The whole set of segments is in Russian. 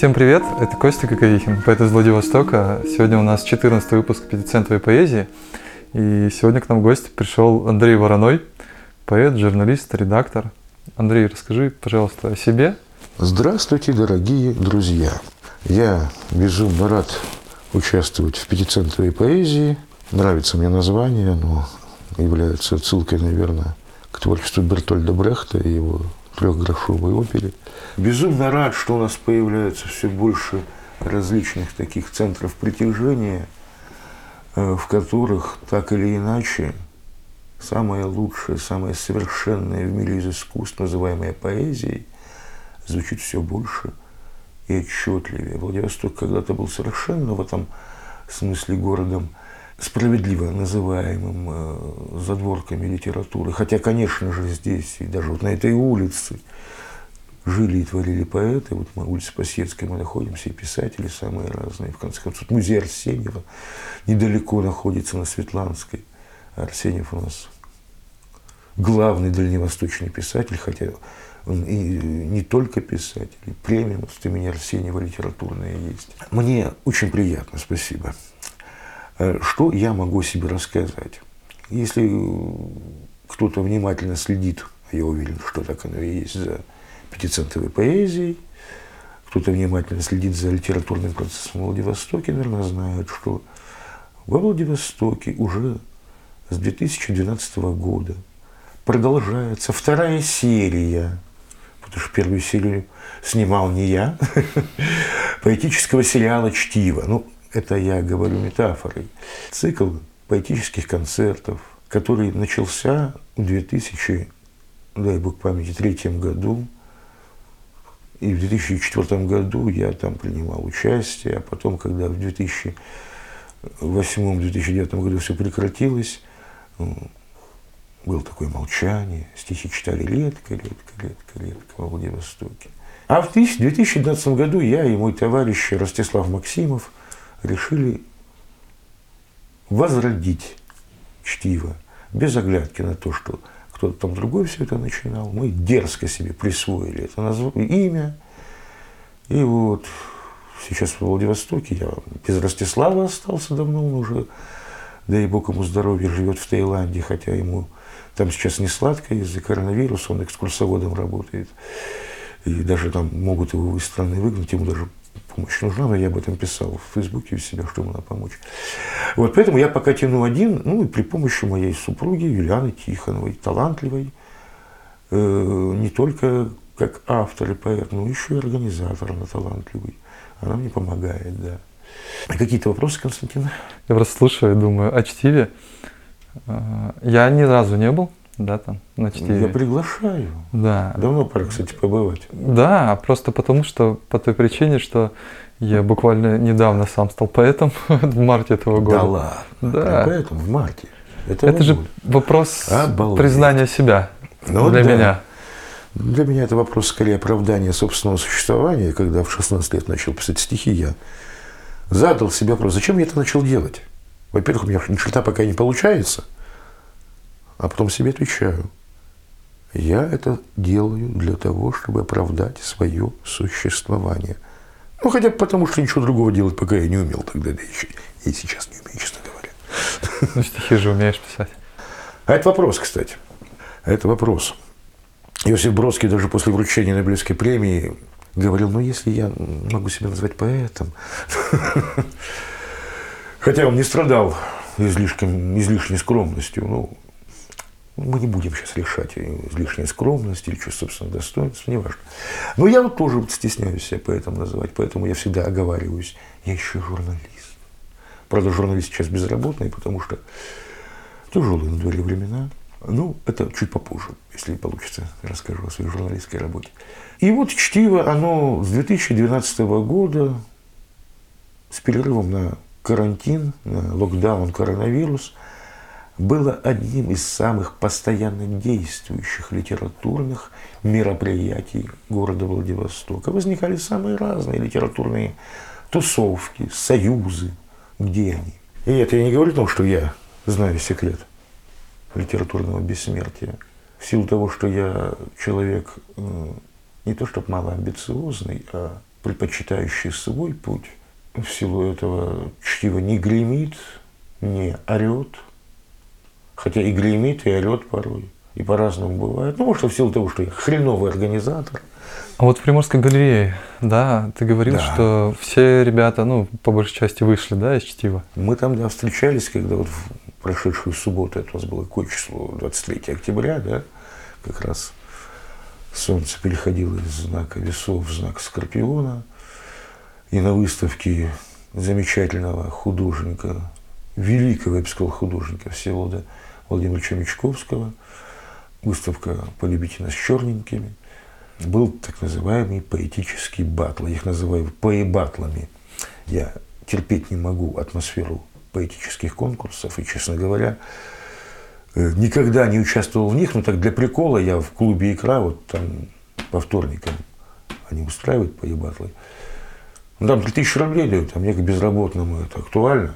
Всем привет, это Костя Коковихин, поэт из Владивостока. Сегодня у нас 14-й выпуск пятицентовой поэзии. И сегодня к нам в гости пришел Андрей Вороной, поэт, журналист, редактор. Андрей, расскажи, пожалуйста, о себе. Здравствуйте, дорогие друзья. Я безумно рад участвовать в пятицентовой поэзии. Нравится мне название, оно является отсылкой, наверное, к творчеству Бертольда Брехта и его трехгрошовой опере. Безумно рад, что у нас появляется все больше различных таких центров притяжения, в которых так или иначе самое лучшее, самое совершенное в мире из искусств, называемое поэзией, звучит все больше и отчетливее. Владивосток когда-то был совершенно в этом смысле городом, справедливо называемым задворками литературы. Хотя, конечно же, здесь и даже вот на этой улице жили и творили поэты. Вот на улице Пассиетской мы находимся, и писатели самые разные. В конце концов, музей Арсеньева недалеко находится, на Светланской. Арсеньев у нас главный дальневосточный писатель, хотя он и не только писатель, и премия от имени Арсеньева литературная есть. Мне очень приятно, спасибо. Что я могу о себе рассказать? Если кто-то внимательно следит, я уверен, что так оно и есть, за пятицентовой поэзией, кто-то внимательно следит за литературным процессом в Владивостоке, наверное, знает, что во Владивостоке уже с 2012 года продолжается вторая серия, потому что первую серию снимал не я, поэтического сериала «Чтиво». Ну, это я говорю метафорой. Цикл поэтических концертов, который начался в 2000, дай бог памяти, 2003 году. И в 2004 году я там принимал участие, а потом, когда в 2008-2009 году все прекратилось, было такое молчание, стихи читали редко во Владивостоке. А в 2012 году я и мой товарищ Ростислав Максимов решили возродить чтиво, без оглядки на то, что кто-то там другой все это начинал. Мы дерзко себе присвоили это имя. И вот сейчас в Владивостоке я без Ростислава остался давно, он уже, дай бог ему здоровья, живет в Таиланде, хотя ему там сейчас не сладко из-за коронавируса, он экскурсоводом работает. И даже там могут его из страны выгнать, ему даже помощь нужна, но я об этом писал в Фейсбуке у себя, что ему надо помочь. Вот поэтому я пока тяну один, ну и при помощи моей супруги Юлианы Тихоновой, талантливой, не только как автор и поэт, но еще и организатор, она талантливый. Она мне помогает, да. Какие-то вопросы, Константин? Я просто слушаю и думаю о чтиве. Я ни разу не был, да, там, на чтиве. Я приглашаю. Да. Давно пора, кстати, побывать. Да, просто потому что, по той причине, что я буквально недавно сам стал поэтом в марте этого года. Да ладно? Да. Поэтому в марте. Это же вопрос признания себя для меня. Для меня это вопрос скорее оправдания собственного существования. Когда в 16 лет начал писать стихи, я задал себе вопрос, зачем я это начал делать? Во-первых, у меня ни черта пока не получается, а потом себе отвечаю. Я это делаю для того, чтобы оправдать свое существование. Ну, хотя бы потому, что ничего другого делать пока я не умел тогда, да еще и сейчас не умею, честно говоря. Ну, стихи же умеешь писать. А это вопрос, кстати. Это вопрос. Иосиф Бродский даже после вручения Нобелевской премии говорил, ну, если я могу себя назвать поэтом. Хотя он не страдал излишней скромностью. Ну, мы не будем сейчас решать излишнюю скромность или чувство собственного достоинства, неважно. Но я вот тоже стесняюсь себя поэтом называть, поэтому я всегда оговариваюсь. Я еще журналист. Правда, журналист сейчас безработный, потому что тяжелые на дворе времена. Ну, это чуть попозже, если получится, расскажу о своей журналистской работе. И вот чтиво, оно с 2012 года, с перерывом на карантин, на локдаун, коронавирус, было одним из самых постоянно действующих литературных мероприятий города Владивостока. Возникали самые разные литературные тусовки, союзы. Где они? И это я не говорю о том, что я знаю секрет литературного бессмертия. В силу того, что я человек не то чтобы малоамбициозный, а предпочитающий свой путь, в силу этого чтиво не гремит, не орет, хотя и гремит, и орет порой, и по-разному бывает. Ну, может, в силу того, что я хреновый организатор. А вот в Приморской галерее, да, ты говорил, Да. что все ребята, ну, по большей части вышли, да, из чтива. Мы там, да, встречались, когда вот в прошедшую субботу, это у нас было какое число, 23 октября, да, как раз солнце переходило из знака весов в знак Скорпиона, и на выставке замечательного художника, великого, я бы сказал, художника Всеволода Владимировича Мечковского, выставка «Полюбите нас черненькими», был так называемый поэтический баттл. Я их называю поэбатлами. Я терпеть не могу атмосферу поэтических конкурсов, и, честно говоря, никогда не участвовал в них, но так для прикола я в клубе «Икра», вот там по вторникам они устраивают поэбатлы. Ну, там 3000 рублей дают, а мне как безработному это актуально.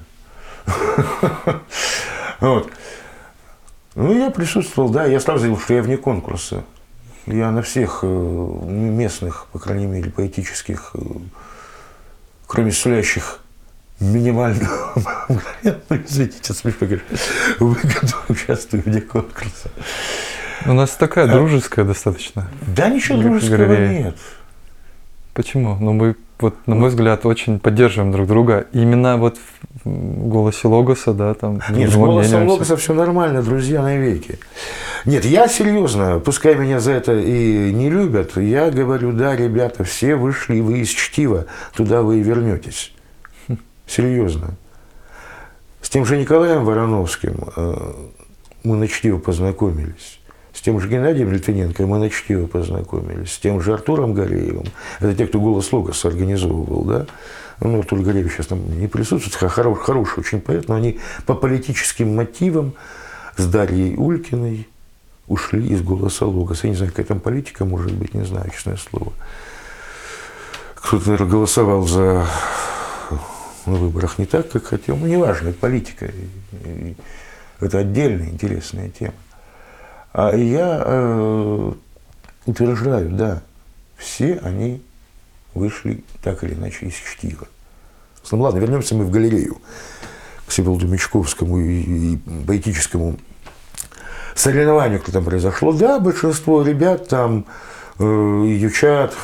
Вот. Ну, я присутствовал, да, я сразу заявил, что я вне конкурса. Я на всех местных, по крайней мере, поэтических, кроме сулящих минимальную, извините, смешно, конечно, выгоду, участвую вне конкурса. У нас такая дружеская достаточно. Да ничего Галерея. дружеского нет. Почему? Ну, мы, вот, на мой взгляд, очень поддерживаем друг друга. Именно вот в голосе Логоса, да, там. Нет, с дружно голосом обмениваемся. Логоса все нормально, друзья навеки. Нет, я серьезно, пускай меня за это и не любят, я говорю, да, ребята, все вышли, вы из чтива, туда вы и вернетесь. Серьезно. С тем же Николаем Вороновским мы на чтиво познакомились. С тем же Геннадием Литвиненко мы на чтиво познакомились. С тем же Артуром Гореевым. Это те, кто голос Логоса организовывал, да? Ну, Артур Гореев сейчас там не присутствует, хороший очень поэт, но они по политическим мотивам с Дарьей Улькиной ушли из голоса Логоса. Я не знаю, какая там политика может быть, не знаю, честное слово. Кто-то, наверное, голосовал за на выборах не так, как хотел. Ну, неважно, это политика. И это отдельная интересная тема. А я утверждаю, да, все они вышли так или иначе из чтива. Ну ладно, вернемся мы в галерею к Всеволоду Мечковскому и поэтическому соревнованию, что там произошло. Да, большинство ребят там, ючат,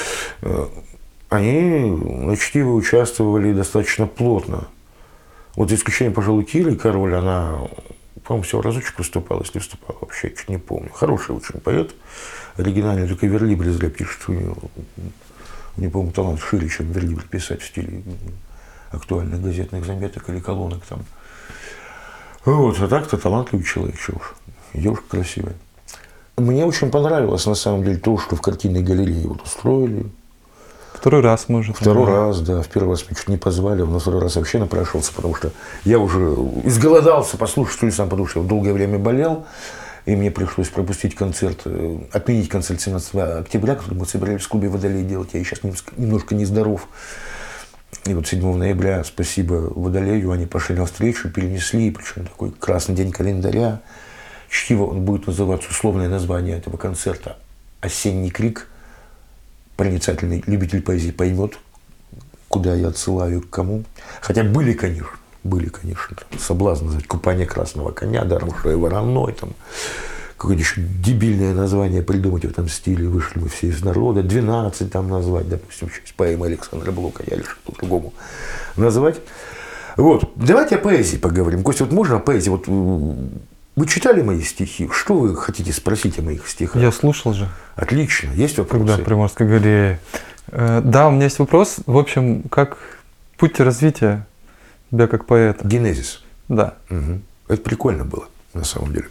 они на чтиво участвовали достаточно плотно. Вот за исключением, пожалуй, Киры Король, она, по-моему, всего разочек выступала, если выступала, вообще чуть не помню. Хороший очень поэт, оригинальный, только Верлибрь зря пишет, у нее, по-моему, талант шире, чем Верлибрь писать в стиле актуальных газетных заметок или колонок там. Вот, а так-то талантливый человек, чего уж. Девушка красивая. Мне очень понравилось, на самом деле, то, что в картинной галерее вот устроили. Второй раз, может. Второй раз, да. В первый раз меня чуть не позвали, но второй раз вообще напрашивался, потому что я уже изголодался послушать, что ли, сам, потому что я долгое время болел, и мне пришлось пропустить концерт, отменить концерт 17 октября, который мы собирались в клубе «Водолей» делать. Я сейчас немножко нездоров. И вот 7 ноября, спасибо Водолею, они пошли навстречу, перенесли, причем такой красный день календаря. Чтиво, он будет называться, условное название этого концерта «Осенний крик». Проницательный любитель поэзии поймет, куда я отсылаю, к кому. Хотя были, конечно, там, соблазн назвать «Купание красного коня», даром, что я вороной, там, какое-то еще дебильное название придумать в этом стиле. Вышли мы все из народа, 12 там назвать, допустим, часть поэмы Александра Блока, я решил по-другому назвать. Вот, давайте о поэзии поговорим. Костя, вот можно о поэзии? Вот вы читали мои стихи? Что вы хотите спросить о моих стихах? Я слушал же. Отлично. Есть вопросы? Когда в Приморской галерее. Да, у меня есть вопрос. В общем, как путь развития тебя как поэта? Генезис. Да. Угу. Это прикольно было, на самом деле.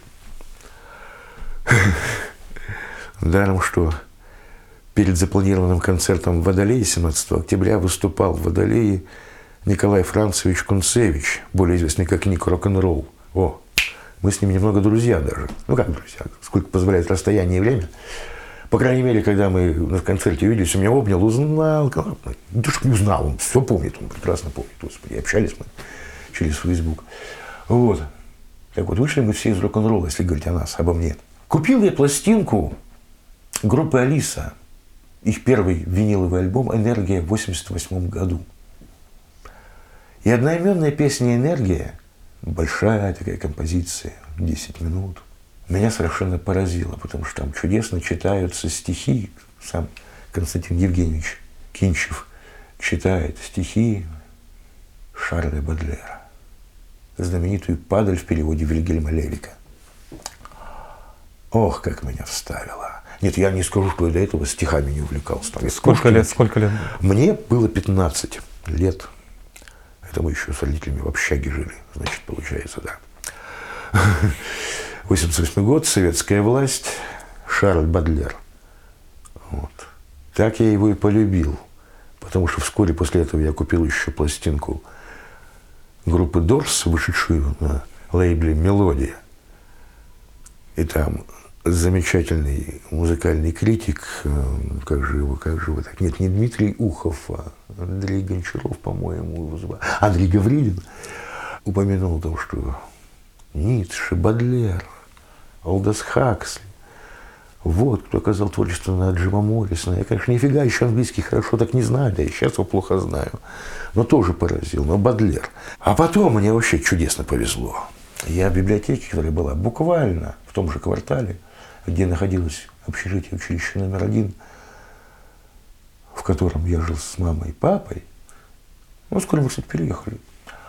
Даром, что перед запланированным концертом в Водолее 17 октября выступал в Водолее Николай Францевич Кунцевич, более известный как Ник Рок-н-ролл. О, мы с ним немного друзья даже. Ну как друзья, сколько позволяет расстояние и время. По крайней мере, когда мы на концерте увиделись, он меня обнял, узнал. Да что не узнал, он все помнит, он прекрасно помнит. Господи, общались мы через Facebook. Вот. Так вот, вышли мы все из рок-н-ролла, если говорить о нас, обо мне. Купил я пластинку группы «Алиса» их первый виниловый альбом «Энергия» в 1988 году. И одноименная песня «Энергия», большая такая композиция, 10 минут, меня совершенно поразила, потому что там чудесно читаются стихи. Сам Константин Евгеньевич Кинчев читает стихи Шарля Бодлера, знаменитую «Падаль» в переводе Вильгельма Левика. Ох, как меня вставило. Нет, я не скажу, что я до этого стихами не увлекался. Там, Сколько лет? Мне было 15 лет. Это мы еще с родителями в общаге жили, значит, получается, да. 88 год, советская власть, Шарль Бодлер. Вот. Так я его и полюбил, потому что вскоре после этого я купил еще пластинку группы Дорс, вышедшую на лейбле «Мелодия». И там замечательный музыкальный критик, как же его так? Нет, не Дмитрий Ухов, а Андрей Гончаров, по-моему, его звали. Андрей Гаврилин упомянул о том, что Ницше, Бодлер, Алдос Хаксли, вот кто оказал творчество на Джима Моррисона. Я, конечно, нифига еще английский хорошо так не знаю, да и сейчас его плохо знаю, но тоже поразил, но Бодлер. А потом мне вообще чудесно повезло. Я в библиотеке, которая была буквально в том же квартале, где находилось общежитие училище номер 1, в котором я жил с мамой и папой. Ну, скоро мы, кстати, переехали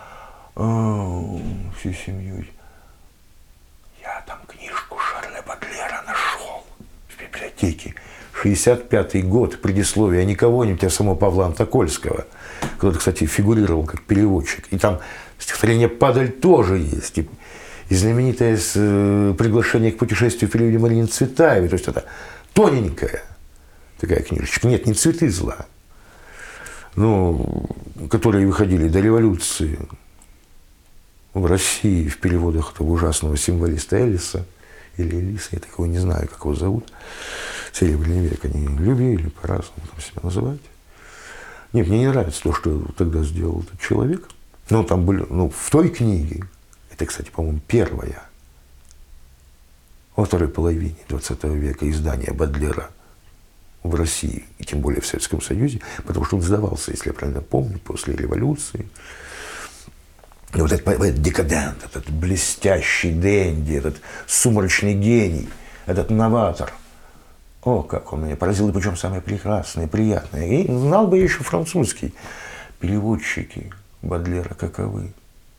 всей семьей. Я там книжку Шарля Бодлера нашел в библиотеке. 65-й год, предисловие, а не кого-нибудь, а самого Павла Антокольского, который, кстати, фигурировал как переводчик. И там стихотворение «Падаль» тоже есть. И знаменитое приглашение к путешествию Филиппа Марины Цветаевой. То есть это тоненькая такая книжечка. Нет, не «Цветы зла», но которые выходили до революции в России в переводах этого ужасного символиста Эллиса или Элиса, я такого не знаю, как его зовут. Серебряный век они любили по-разному там себя называть. Нет, мне не нравится то, что тогда сделал этот человек. Но там были, в той книге, это, кстати, по-моему, первая во второй половине 20 века издание Бодлера в России, и тем более в Советском Союзе, потому что он сдавался, если я правильно помню, после революции. И вот этот декадент, этот блестящий денди, этот сумрачный гений, этот новатор. О, как он меня поразил, и причем самое прекрасное, приятное. И знал бы я еще французский. Переводчики Бодлера каковы?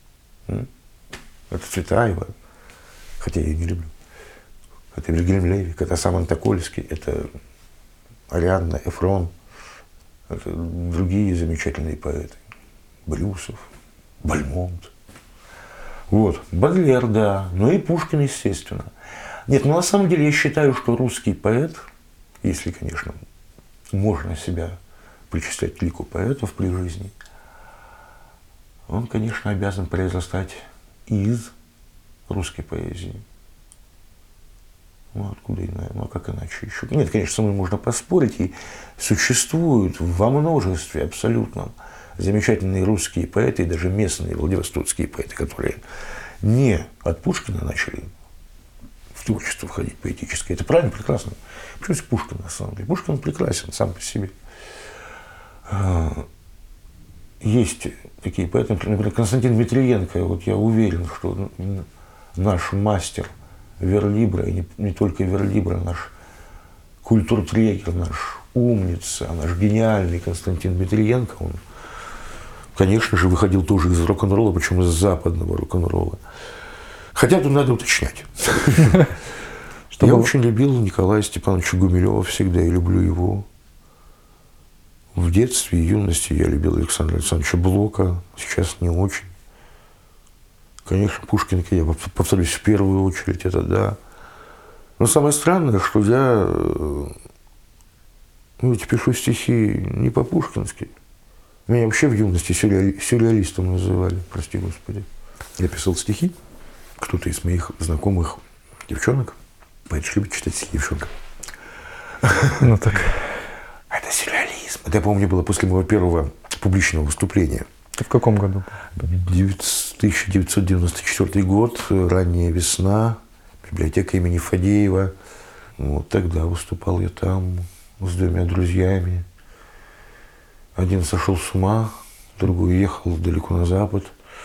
Это Цветаева, хотя я ее не люблю. Это Вильгельм Левик, это сам Антокольский, это Ариадна Эфрон, это другие замечательные поэты. Брюсов, Бальмонт. Вот, Бодлер, да, ну и Пушкин, естественно. Нет, на самом деле я считаю, что русский поэт, если, конечно, можно себя причислять к лику поэтов при жизни, он, конечно, обязан произрастать из русской поэзии. Ну, откуда иначе? Ну, а как иначе еще? Нет, конечно, со мной можно поспорить, и существуют во множестве абсолютно замечательные русские поэты, и даже местные владивостокские поэты, которые не от Пушкина начали в творчество входить поэтическое. Это правильно, прекрасно. Почему здесь Пушкин, на самом деле? Пушкин прекрасен сам по себе. Есть такие поэты, например, Константин Дмитриенко. Вот я уверен, что наш мастер верлибра, и не только верлибра, наш культуртрегер, наш умница, наш гениальный Константин Дмитриенко, он, конечно же, выходил тоже из рок-н-ролла, причем из западного рок-н-ролла. Хотя тут надо уточнять. Я очень любил Николая Степановича Гумилева всегда, и люблю его. В детстве и юности я любил Александра Александровича Блока, сейчас не очень. Конечно, Пушкин, я повторюсь, в первую очередь, это да. Но самое странное, что я ведь пишу стихи не по-пушкински. Меня вообще в юности сюрреалистом называли, прости господи. Я писал стихи, кто-то из моих знакомых девчонок, поэт любит читать стихи девчонкам. Ну так. Это сюрреализм. Это, я помню, было после моего первого публичного выступления. Ты в каком году? 1994 год, ранняя весна, библиотека имени Фадеева. Вот тогда выступал я там. с двумя друзьями. Один сошел с ума, другой уехал далеко на запад.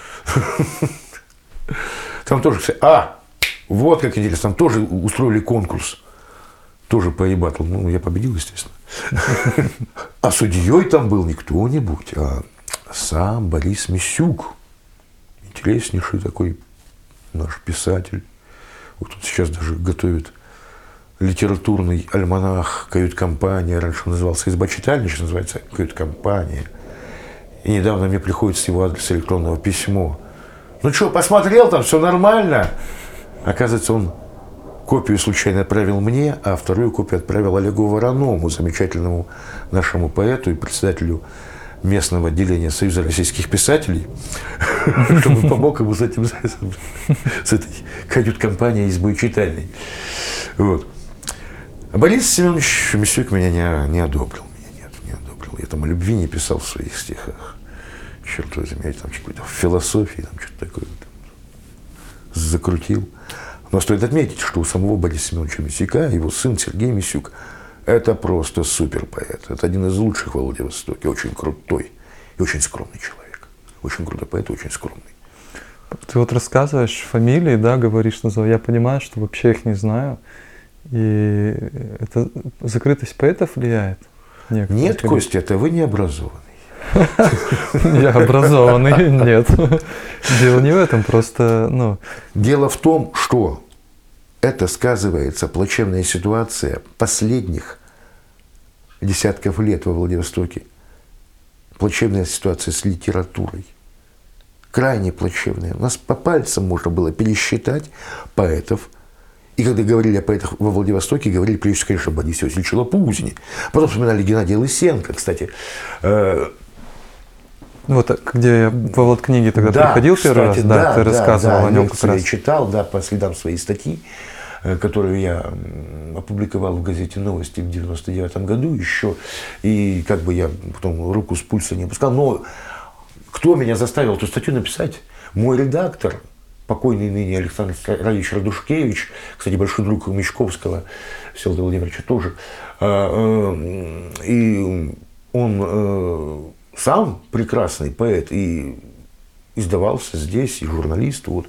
Там тоже, кстати, вот как интересно, там тоже устроили конкурс. Тоже по ебатлу. Ну, я победил, естественно. А судьей там был не кто-нибудь, а сам Борис Мисюк. Интереснейший такой наш писатель. Вот он сейчас даже готовит литературный альманах «Кают-компания». Раньше он назывался «Изба-читальня», сейчас называется «Кают-компания». И недавно мне приходит с его адреса электронного письмо. Ну что, посмотрел, там все нормально? Оказывается, он копию случайно отправил мне, а вторую копию отправил Олегу Вороному, замечательному нашему поэту и председателю местного отделения Союза российских писателей, чтобы помог ему с этим, с этой кают-компанией «Избой-читальной». Вот. А Борис Семенович Мисюк меня не одобрил. Не одобрил. Я там о любви не писал в своих стихах. Черт возьми, я там какой-то в философии, там что-то такое там закрутил. Но стоит отметить, что у самого Бориса Семеновича Мисюка его сын Сергей Мисюк – это просто суперпоэт. Это один из лучших во Владивостоке, очень крутой и очень скромный человек. Очень крутой поэт, очень скромный. Ты вот рассказываешь фамилии, да, говоришь, назвал. Я понимаю, что вообще их не знаю. И это закрытость поэтов влияет? Нет, Костя, это вы не образованный. Я образованный, нет. Дело не в этом, просто, ну... Дело в том, что это сказывается плачевная ситуация последних десятков лет во Владивостоке. Плачевная ситуация с литературой. Крайне плачевная. У нас по пальцам можно было пересчитать поэтов. И когда говорили о поэтах во Владивостоке, говорили прежде всего, конечно, о Борисе Васильевиче Лопузине. Потом вспоминали Геннадия Лысенко, кстати. Вот где я во Владкниге тогда приходил первый раз, да, ты рассказывал о нем как раз. Я читал, да, по следам своей статьи, которую я опубликовал в газете «Новости» в 1999 году еще. И как бы я потом руку с пульса не опускал. Но кто меня заставил эту статью написать? Мой редактор, покойный ныне Александр Равич Радушкевич, кстати, большой друг Мечковского, Всеволода Владимировича тоже. И он сам прекрасный поэт и издавался здесь, и журналист. Вот.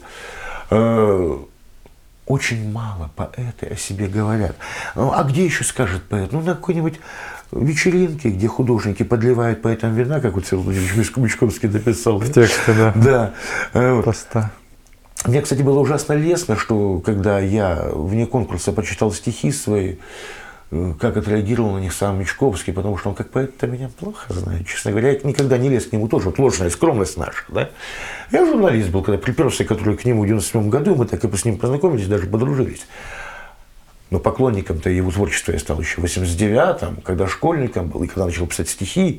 Очень мало поэты о себе говорят. А где еще скажет поэт? Ну, на какой-нибудь вечеринке, где художники подливают поэтам вина, как вот Всеволод Владимирович Мечковский написал. В тексте, да. Да. Поста. Мне, кстати, было ужасно лестно, что когда я вне конкурса почитал стихи свои, как отреагировал на них сам Мечковский, потому что он как поэт-то меня плохо знает, честно говоря. Я никогда не лез к нему тоже. Вот ложная скромность наша, да. Я журналист был, когда приперся, который к нему в 97 году, мы так и с ним познакомились, даже подружились. Но поклонником-то его творчества я стал еще в 89-м, когда школьником был, и когда начал писать стихи,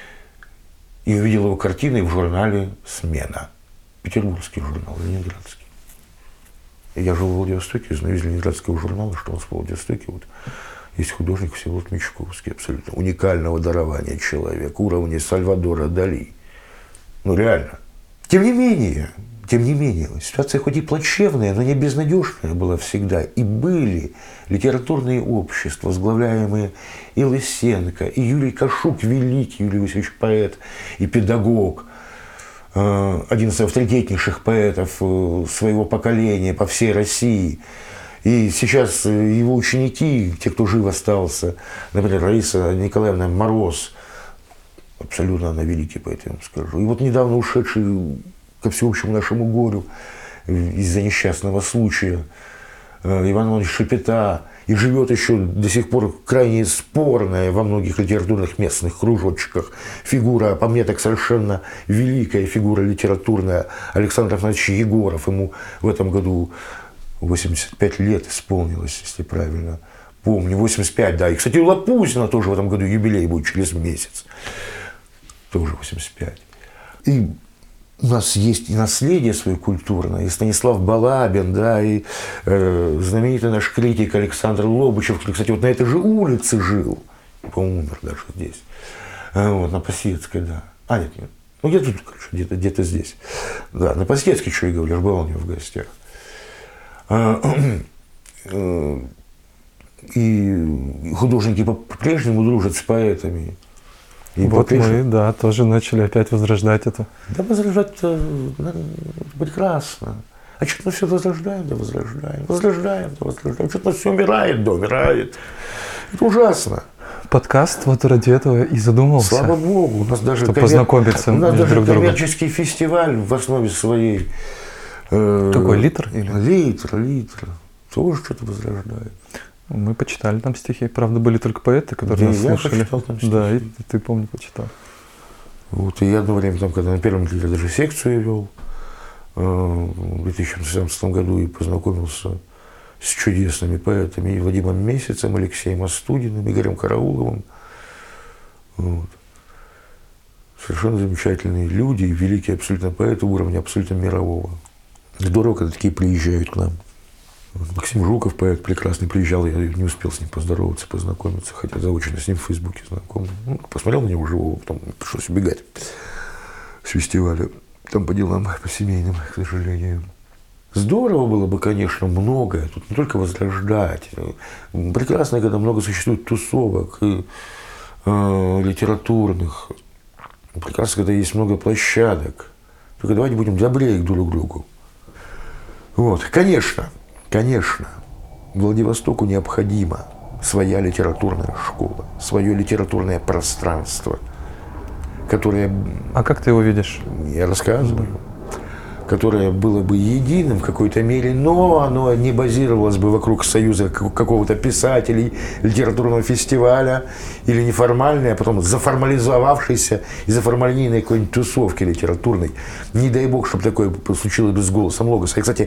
и увидел его картины в журнале «Смена». Петербургский журнал, ленинградский. И я жил в Владивостоке, знаю из ленинградского журнала, что у нас в Владивостоке вот есть художник Всеволод Мечковский, абсолютно уникального дарования человек, уровня Сальвадора Дали. Ну реально. Тем не менее, ситуация хоть и плачевная, но не безнадежная была всегда. И были литературные общества, возглавляемые и Лысенко, и Юрий Кашук, великий Юрий Васильевич поэт и педагог, один из авторитетнейших поэтов своего поколения по всей России. И сейчас его ученики, те, кто жив остался, например, Раиса Николаевна Мороз, абсолютно она великий поэт, я вам скажу. И вот недавно ушедший ко всеобщему нашему горю из-за несчастного случая Иван Иванович Шепета, и живет еще до сих пор крайне спорная во многих литературных местных кружочках фигура, по мне так совершенно великая фигура литературная, Александр Афанасьевич Егоров. Ему в этом году 85 лет исполнилось, если правильно помню. 85, да. И, кстати, у Лопузина тоже в этом году юбилей будет через месяц. Тоже 85. И у нас есть и наследие свое культурное, и Станислав Балабин, да, и знаменитый наш критик Александр Лобычев, который, кстати, вот на этой же улице жил, по-моему, умер даже здесь, вот, на Пассиетской, да. Нет, ну где-то тут, короче, где-то здесь. Да, на Пассиетской, что я говорю, я же был у него в гостях. И художники по-прежнему дружат с поэтами. И Вот по-прежнему- мы, да, тоже начали опять возрождать это. Да возрождать-то прекрасно. А что-то мы все возрождаем, да возрождаем. Возрождаем, да возрождаем. Что-то все умирает, да умирает. Это ужасно. Подкаст вот ради этого и задумался. Слава Богу. У нас даже, Чтобы познакомиться у нас между даже друг другом. коммерческий фестиваль в основе своей. Какой, литр или? Литр. Тоже что-то возрождает. Мы почитали там стихи. Правда, были только поэты, которые Да, нас и я слушали. почитал там Да, и стихи. ты, помню, почитал. Вот, и я одно время, там, когда на первом литре даже секцию вел, в 2017 году и познакомился с чудесными поэтами и Вадимом Месяцем, Алексеем Остудиным, Игорем Карауловым. Вот. Совершенно замечательные люди и великие абсолютно поэты уровня абсолютно мирового. Здорово, когда такие приезжают к нам. Вот Максим Жуков, поэт прекрасный, приезжал, я не успел с ним поздороваться, познакомиться, хотя заочно с ним в Фейсбуке знаком. Ну, посмотрел на него живого, потом пришлось убегать с фестиваля. Там по делам, по семейным, к сожалению. Здорово было бы, конечно, многое. Тут не только возрождать. Прекрасно, когда много существует тусовок литературных. Прекрасно, когда есть много площадок. Только давайте будем добрее друг к другу. Вот, конечно, Владивостоку необходима своя литературная школа, свое литературное пространство, которое, А как ты его видишь? я рассказываю, которое было бы единым в какой-то мере, но оно не базировалось бы вокруг союза какого-то писателей, литературного фестиваля или неформальной, а потом заформализовавшейся и заформальнейной какой-нибудь тусовки литературной. Не дай бог, чтобы такое случилось бы с «Голосом Логоса». Я, кстати,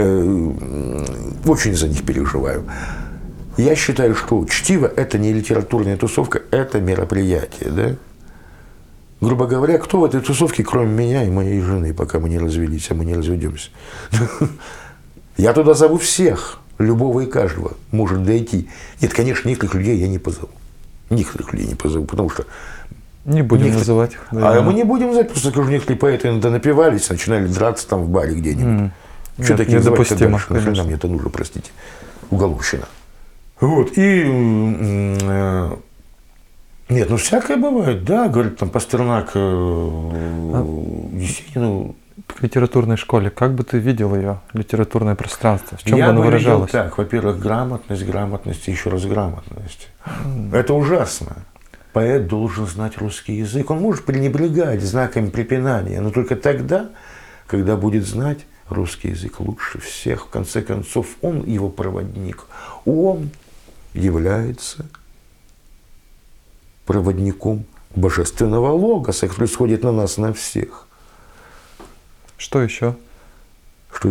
очень за них переживаю. Я считаю, что чтиво – это не литературная тусовка, это мероприятие, да? Грубо говоря, кто в этой тусовке, кроме меня и моей жены, пока мы не развелись, а мы не разведемся? Я туда зову всех, любого и каждого может дойти. Нет, конечно, некоторых людей я не позову. Некоторых людей не позову, потому что... Не будем называть их. А мы не будем называть, просто скажу, некоторые поэты иногда напивались, начинали драться там в баре где-нибудь. Что Нет, такие называть-то недопустимо, дальше? Нахрена конечно. мне это нужно, простите. Уголовщина. Вот, и... Нет, ну всякое бывает, да, говорит там Пастернак Есенину. В литературной школе, как бы ты видел ее, литературное пространство? В чем бы Я оно бы видел выражалось? так, во-первых, грамотность и еще раз грамотность. Это ужасно. Поэт должен знать русский язык. Он может пренебрегать знаками препинания, но только тогда, когда будет знать русский язык лучше всех. В конце концов, он его проводник. Он является проводником божественного логоса, который сходит на нас, на всех. Что еще? Что,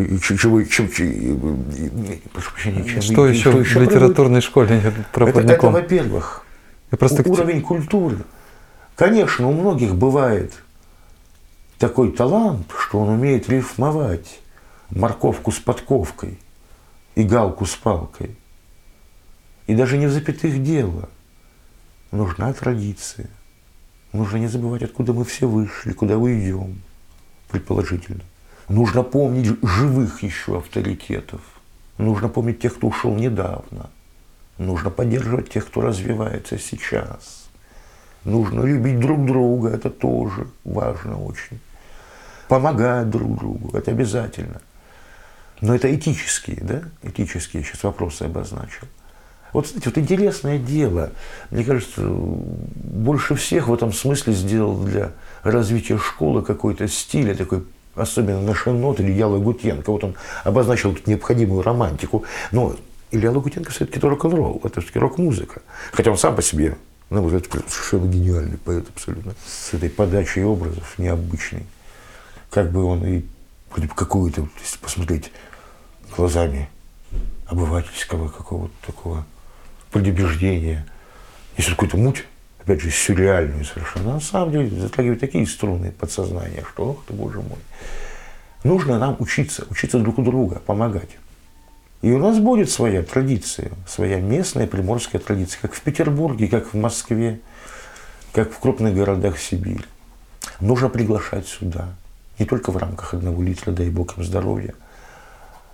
прошу прощения, Что еще в литературной школе нет это, проводником? во-первых, Я просто уровень культуры. Конечно, у многих бывает такой талант, что он умеет рифмовать морковку с подковкой и галку с палкой. И даже не в запятых дело. Нужна традиция. Нужно не забывать, откуда мы все вышли, куда уйдем, предположительно. Нужно помнить живых еще авторитетов. Нужно помнить тех, кто ушел недавно. Нужно поддерживать тех, кто развивается сейчас. Нужно любить друг друга, это тоже важно очень. Помогать друг другу, это обязательно. Но это этические, да? Этические сейчас вопросы обозначил. Вот, знаете, вот интересное дело. Мне кажется, больше всех в этом смысле сделал для развития школы какой-то стиль, такой, особенно Нашенот или Илья Лагутенко. Вот он обозначил тут необходимую романтику. Но Илья Лагутенко все-таки это рок-н-ролл, это все-таки рок-музыка. Хотя он сам по себе, на мой взгляд, совершенно гениальный поэт абсолютно. С этой подачей образов необычной. Как бы он и какую-то, если посмотреть глазами обывательского какого-то такого предубеждения, если какую-то муть, опять же, сюрреальную совершенно, на самом деле затрагивает такие струны подсознания, что, ох ты, боже мой. Нужно нам учиться друг у друга, помогать. И у нас будет своя традиция, своя местная приморская традиция, как в Петербурге, как в Москве, как в крупных городах Сибири. Нужно приглашать сюда, не только в рамках одного литра, дай бог им здоровья,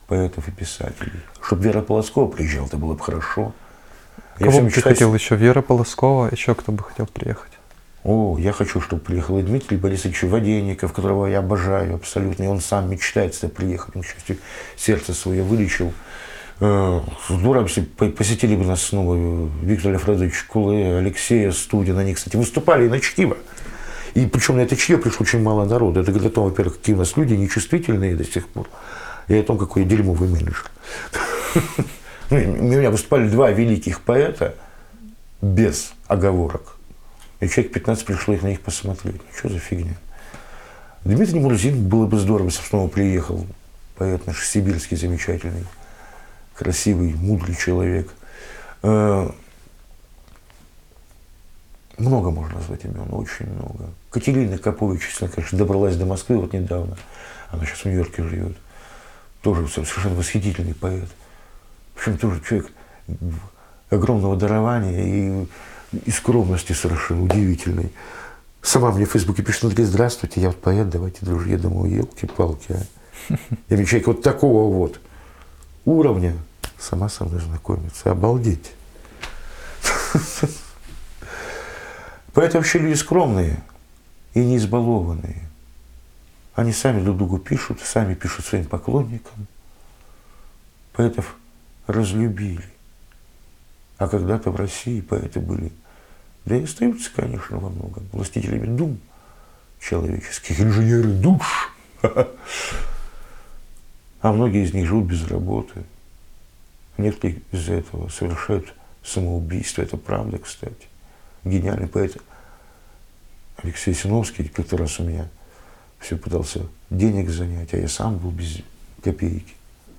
поэтов и писателей. Чтобы Вера Полоскова приезжала, это было бы хорошо. Я Кого все бы ты мечтаю... хотел еще? Вера Полоскова, еще кто бы хотел приехать? О, я хочу, чтобы приехал и Дмитрий Борисович Воденников, которого я обожаю абсолютно. И он сам мечтает сюда приехать. Он, к счастью, сердце свое вылечил. Здорово, если посетили бы нас снова Виктор Альфредович Куле, Алексея Студин. Они, кстати, выступали и на чтиво. И причем на это чтиво пришло очень мало народу. Это говорит о том, во-первых, какие у нас люди нечувствительные до сих пор. И о том, какой я дерьмовый менеджер. У меня выступали два великих поэта без оговорок. И человек 15 пришло их на них посмотреть. Что за фигня? Дмитрий Мурзин, было бы здорово, если бы снова приехал. Поэт наш сибирский замечательный, красивый, мудрый человек. Много можно назвать имен, очень много. Катерина Копович, конечно, добралась до Москвы вот недавно. Она сейчас в Нью-Йорке живет. Тоже совершенно восхитительный поэт. В общем, тоже человек огромного дарования и скромности совершенно удивительной. Сама мне в Фейсбуке пишет: Андрей, здравствуйте, я вот поэт, давайте дружить. Я думаю, елки-палки. Я имею человек вот такого вот уровня сама со мной знакомится. Обалдеть. Поэты вообще люди скромные и не избалованные. Они сами друг другу пишут, сами пишут своим поклонникам. Поэтов разлюбили. А когда-то в России поэты были, да и остаются, конечно, во многом, властителями дум человеческих, инженеры душ. А многие из них живут без работы. Некоторые из-за этого совершают самоубийство. Это правда, кстати. Гениальный поэт Алексей Синовский как-то раз у меня все пытался денег занять, а я сам был без копейки.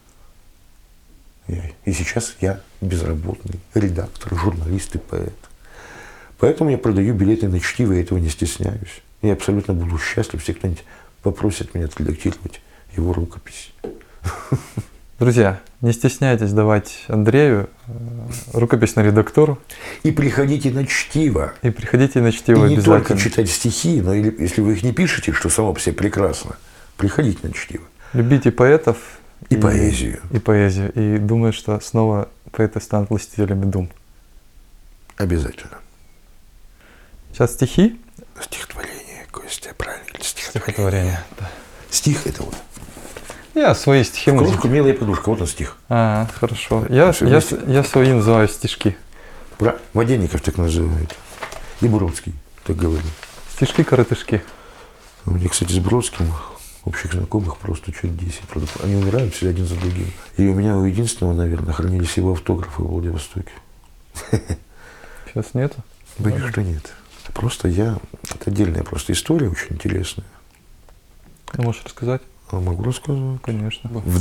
И сейчас я безработный редактор, журналист и поэт. Поэтому я продаю билеты на чтиво, и этого не стесняюсь. Я абсолютно буду счастлив, если кто-нибудь попросит меня отредактировать его рукопись. Друзья, не стесняйтесь давать Андрею рукопись на редактуру. И приходите на чтиво. И приходите на чтиво и не обязательно. только читать стихи, но если вы их не пишете, что само по себе прекрасно, приходите на чтиво. Любите поэтов. И поэзию. И поэзию. И думаю, что снова поэты станут властителями дум. Обязательно. Сейчас стихи. Стихотворение, Костя, правильно? Стихотворение. Да. Стих это вот. Я свои стихи. Кружку, милая подушка, вот он стих. Хорошо. Я свои называю стишки. Про Воденников так называют. И Бродский так говорит. Стишки-коротышки. У меня, кстати, с Бродским общих знакомых просто человек 10. Они умирают все один за другим. И у меня у единственного, наверное, хранились его автографы в Владивостоке. Сейчас нету? Боюсь, что нет. Просто это отдельная просто история, очень интересная. Ты можешь рассказать? Могу рассказать. Конечно. В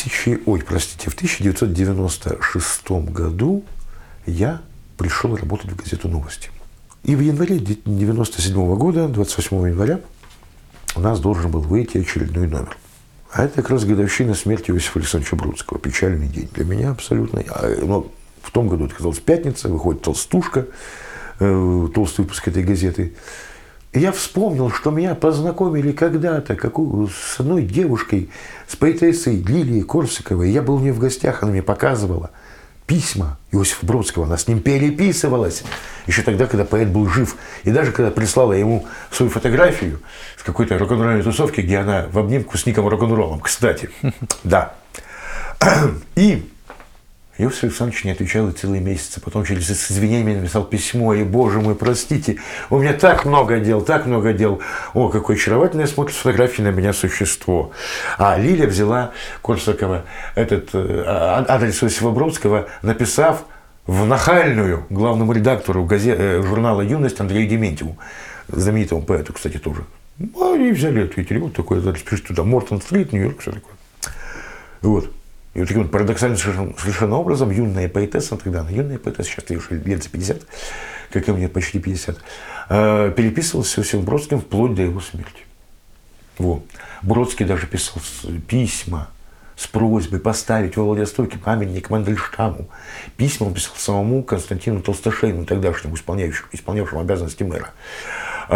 1996 году я пришел работать в газету «Новости». И в январе 1997 года, 28 января, у нас должен был выйти очередной номер. А это как раз годовщина смерти Иосифа Александровича Бродского. Печальный день для меня абсолютно. Но в том году это казалось пятница, выходит «Толстушка», толстый выпуск этой газеты. И я вспомнил, что меня познакомили когда-то с одной девушкой, с поэтессой Лилией Корсаковой. Я был у нее в гостях, она мне показывала письма Иосифа Бродского. Она с ним переписывалась. Еще тогда, когда поэт был жив. И даже когда прислала ему свою фотографию с какой-то рок-н-ролльной тусовки, где она в обнимку с Ником Рок-н-роллом. Кстати, да. И Иосиф Александрович не отвечал и целые месяцы. Потом через извинения написал письмо. И, боже мой, простите, у меня так много дел, так много дел. О, какое очаровательное смотрит с фотографии на меня существо. А Лиля взяла Корсакова адрес Иосифа Бродского, написав в нахальную главному редактору журнала «Юность» Андрею Дементьеву, знаменитому поэту, кстати, тоже. Они взяли, ответили, вот такой адрес, пишите туда, Мортон-стрит, Нью-Йорк, все такое. Вот. И вот таким вот парадоксальным совершенно образом юная поэтесса, тогда она юная поэтесса, сейчас ей уже лет за 50, как и мне почти 50, переписывалась с Иосифом Бродским вплоть до его смерти. Вот. Бродский даже писал письма с просьбой поставить во Владивостоке памятник Мандельштаму. Письма он писал самому Константину Толстошейну, тогдашнему исполнявшему обязанности мэра.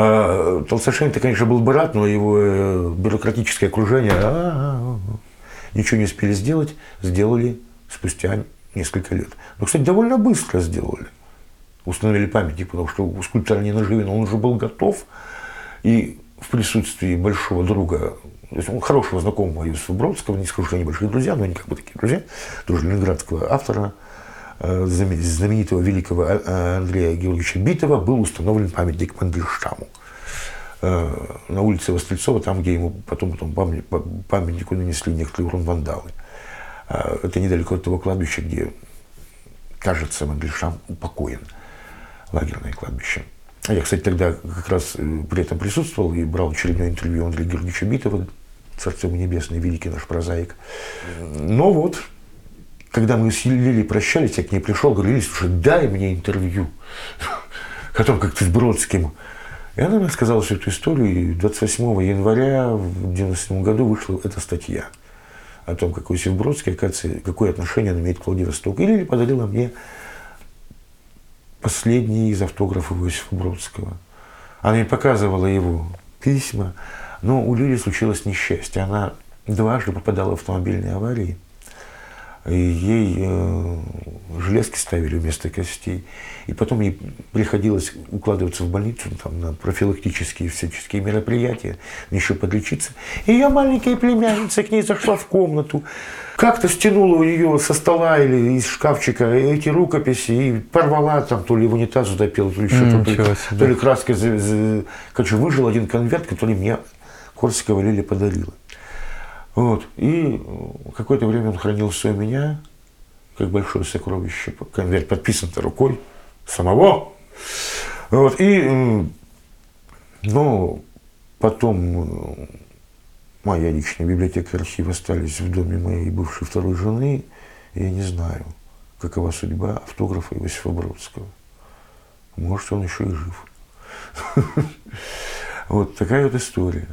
Толстошейн-то, конечно, был бы рад, но его бюрократическое окружение ничего не успели сделать, сделали спустя несколько лет. Но, кстати, довольно быстро сделали. Установили памятник, потому что скульптор не Наживин, он уже был готов. И в присутствии большого друга, то есть хорошего знакомого Иосифа Бродского, не скажу, что они большие друзья, но они как бы такие друзья, тоже ленинградского автора, знаменитого великого Андрея Георгиевича Битова, был установлен памятник Мандельштаму на улице Вострецова, там, где ему потом памятнику нанесли некоторые урон-вандалы. Это недалеко от того кладбища, где, кажется, Мандельштам упокоен, лагерное кладбище. Я, кстати, тогда как раз при этом присутствовал и брал очередное интервью Андрея Георгиевича Битова, царство ему небесное, великий наш прозаик. Но вот, когда мы с Лилией прощались, я к ней пришел, говорю: Лилия, слушай, дай мне интервью о том, как ты с Бродским. И она мне рассказала всю эту историю, и 28 января в 1997 году вышла эта статья о том, как Иосиф Бродский, оказывается, какое отношение он имеет к Владивостоку. И Лилия подарила мне последний из автографов Иосифа Бродского. Она мне показывала его письма, но у Лилии случилось несчастье. Она дважды попадала в автомобильные аварии, и ей железки ставили вместо костей. И потом ей приходилось укладываться в больницу там, на профилактические всяческие мероприятия, еще подлечиться. И ее маленькая племянница к ней зашла в комнату, как-то стянула у нее со стола или из шкафчика эти рукописи и порвала там, то ли в унитаз утопила, то ли еще то ли краской. Короче, выжил один конверт, который мне Корсакова Лилия подарила. Вот. И какое-то время он хранился у меня, как большое сокровище. Конверт подписан-то рукой самого. Вот. И, ну, потом моя личная библиотека и архив остались в доме моей бывшей второй жены. Я не знаю, какова судьба автографа Иосифа Бродского. Может, он еще и жив. Вот такая вот история.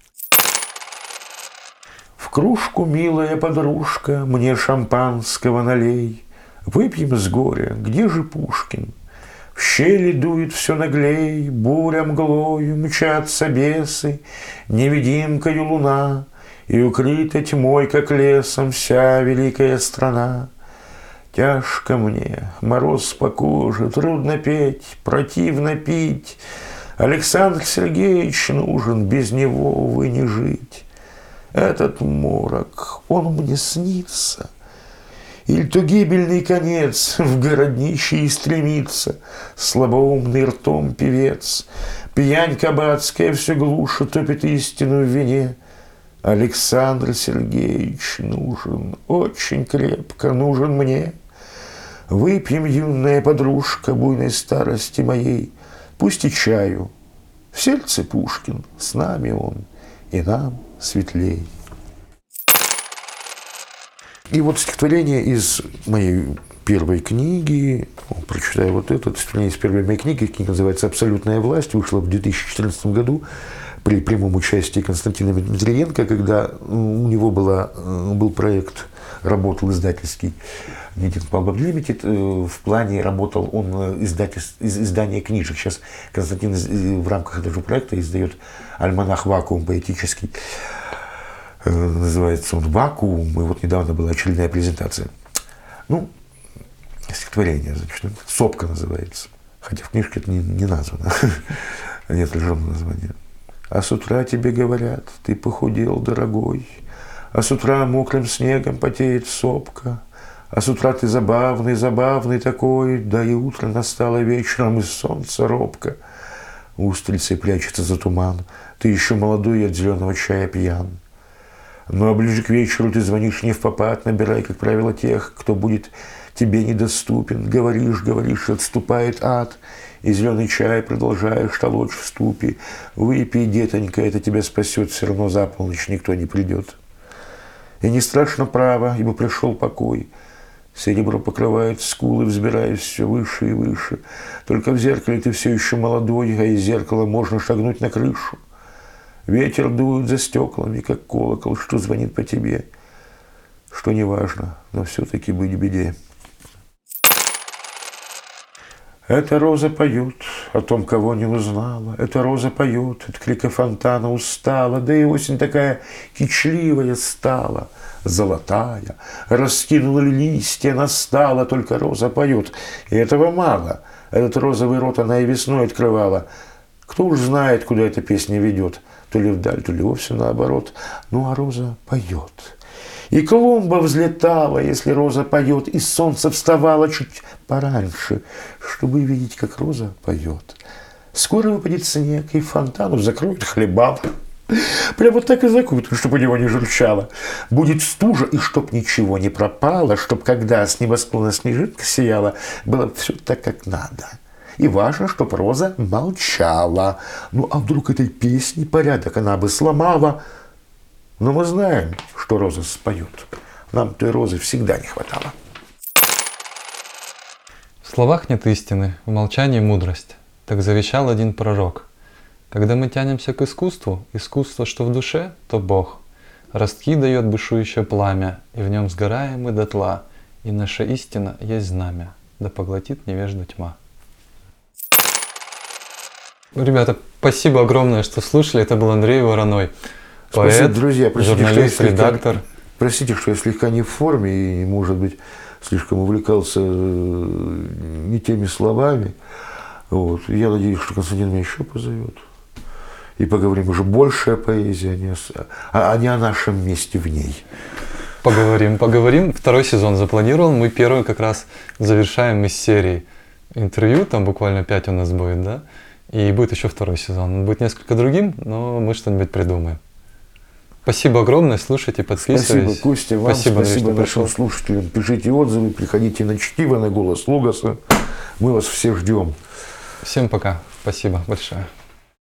В кружку, милая подружка, мне шампанского налей. Выпьем с горя, где же Пушкин? В щели дует все наглей, буря мглою мчатся бесы, невидимкою луна, и укрыта тьмой, как лесом, вся великая страна. Тяжко мне, мороз по коже, трудно петь, противно пить. Александр Сергеевич нужен, без него, увы, не жить. Этот морок, он мне снится, или то гибельный конец в городнище и стремится слабоумный ртом певец. Пьянь кабацкая все глуше топит истину в вине. Александр Сергеевич нужен, очень крепко нужен мне. Выпьем, юная подружка буйной старости моей, пусть и чаю. В сердце Пушкин, с нами он, и нам светлей. И вот стихотворение из моей первой книги, прочитаю вот это стихотворение из первой моей книги, книга называется «Абсолютная власть», вышла в 2014 году при прямом участии Константина Дмитриенко, когда у него был проект, работал издательский Knitting Pulp Limited, в плане работал он издание книжек. Сейчас Константин в рамках этого же проекта издает альманах «Вакуум» поэтический. Называется он «Вакуум», и вот недавно была очередная презентация. Ну, стихотворение, значит, «Сопка» называется. Хотя в книжке это не названо, нет отраженного названия. А с утра тебе говорят, ты похудел, дорогой, а с утра мокрым снегом потеет сопка, а с утра ты забавный, забавный такой, да и утро настало вечером, и солнце робко. Устрицей прячется за туман, ты еще молодой и от зеленого чая пьян. Ну а ближе к вечеру ты звонишь не впопад, набирай, как правило, тех, кто будет тебе недоступен. Говоришь, говоришь, отступает ад, и зеленый чай продолжаешь толочь в ступе. Выпей, детонька, это тебя спасет, все равно за полночь никто не придет. И не страшно право, ибо пришел покой. Серебро покрывает скулы, взбираясь все выше и выше. Только в зеркале ты все еще молодой, а из зеркала можно шагнуть на крышу. Ветер дует за стеклами, как колокол, что звонит по тебе. Что не важно, но все-таки быть в беде. Эта роза поет о том, кого не узнала. Эта роза поет от крика фонтана устала. Да и осень такая кичливая стала, золотая. Раскинула листья, настала, только роза поет. И этого мало. Этот розовый рот она и весной открывала. Кто уж знает, куда эта песня ведет. То ли вдаль, то ли вовсе наоборот. Ну а роза поет. И клумба взлетала, если роза поет, и солнце вставало чуть пораньше, чтобы видеть, как роза поет. Скоро выпадет снег, и фонтану закроют хлеба. Прямо вот так и закутают, чтобы у него не журчало. Будет стужа, и чтоб ничего не пропало, чтоб когда с небосклона снежинка сияла, было все так, как надо. И важно, чтоб роза молчала. Ну, а вдруг этой песни порядок она бы сломала? Но мы знаем, что роза споет. Нам той розы всегда не хватало. В словах нет истины, в молчании мудрость. Так завещал один пророк. Когда мы тянемся к искусству, искусство, что в душе, то Бог. Ростки дает бушующее пламя, и в нем сгораем мы дотла, и наша истина есть знамя, да поглотит невежду тьма. Ребята, спасибо огромное, что слушали. Это был Андрей Вороной. Спасибо, Поэт, друзья. журналист, редактор. Простите, что я слегка не в форме и, может быть, слишком увлекался не теми словами. Вот. Я надеюсь, что Константин меня еще позовет. И поговорим уже больше о поэзии, а не о нашем месте в ней. Поговорим. Второй сезон запланирован. Мы первый как раз завершаем из серии интервью. Там буквально 5 у нас будет, да? И будет еще второй сезон. Он будет несколько другим, но мы что-нибудь придумаем. Спасибо огромное, слушайте, подписывайтесь. Спасибо, Костя, вам, спасибо нашим слушателям. Пишите отзывы, приходите на чтиво, на голос Логоса. Мы вас всех ждем. Всем пока. Спасибо большое.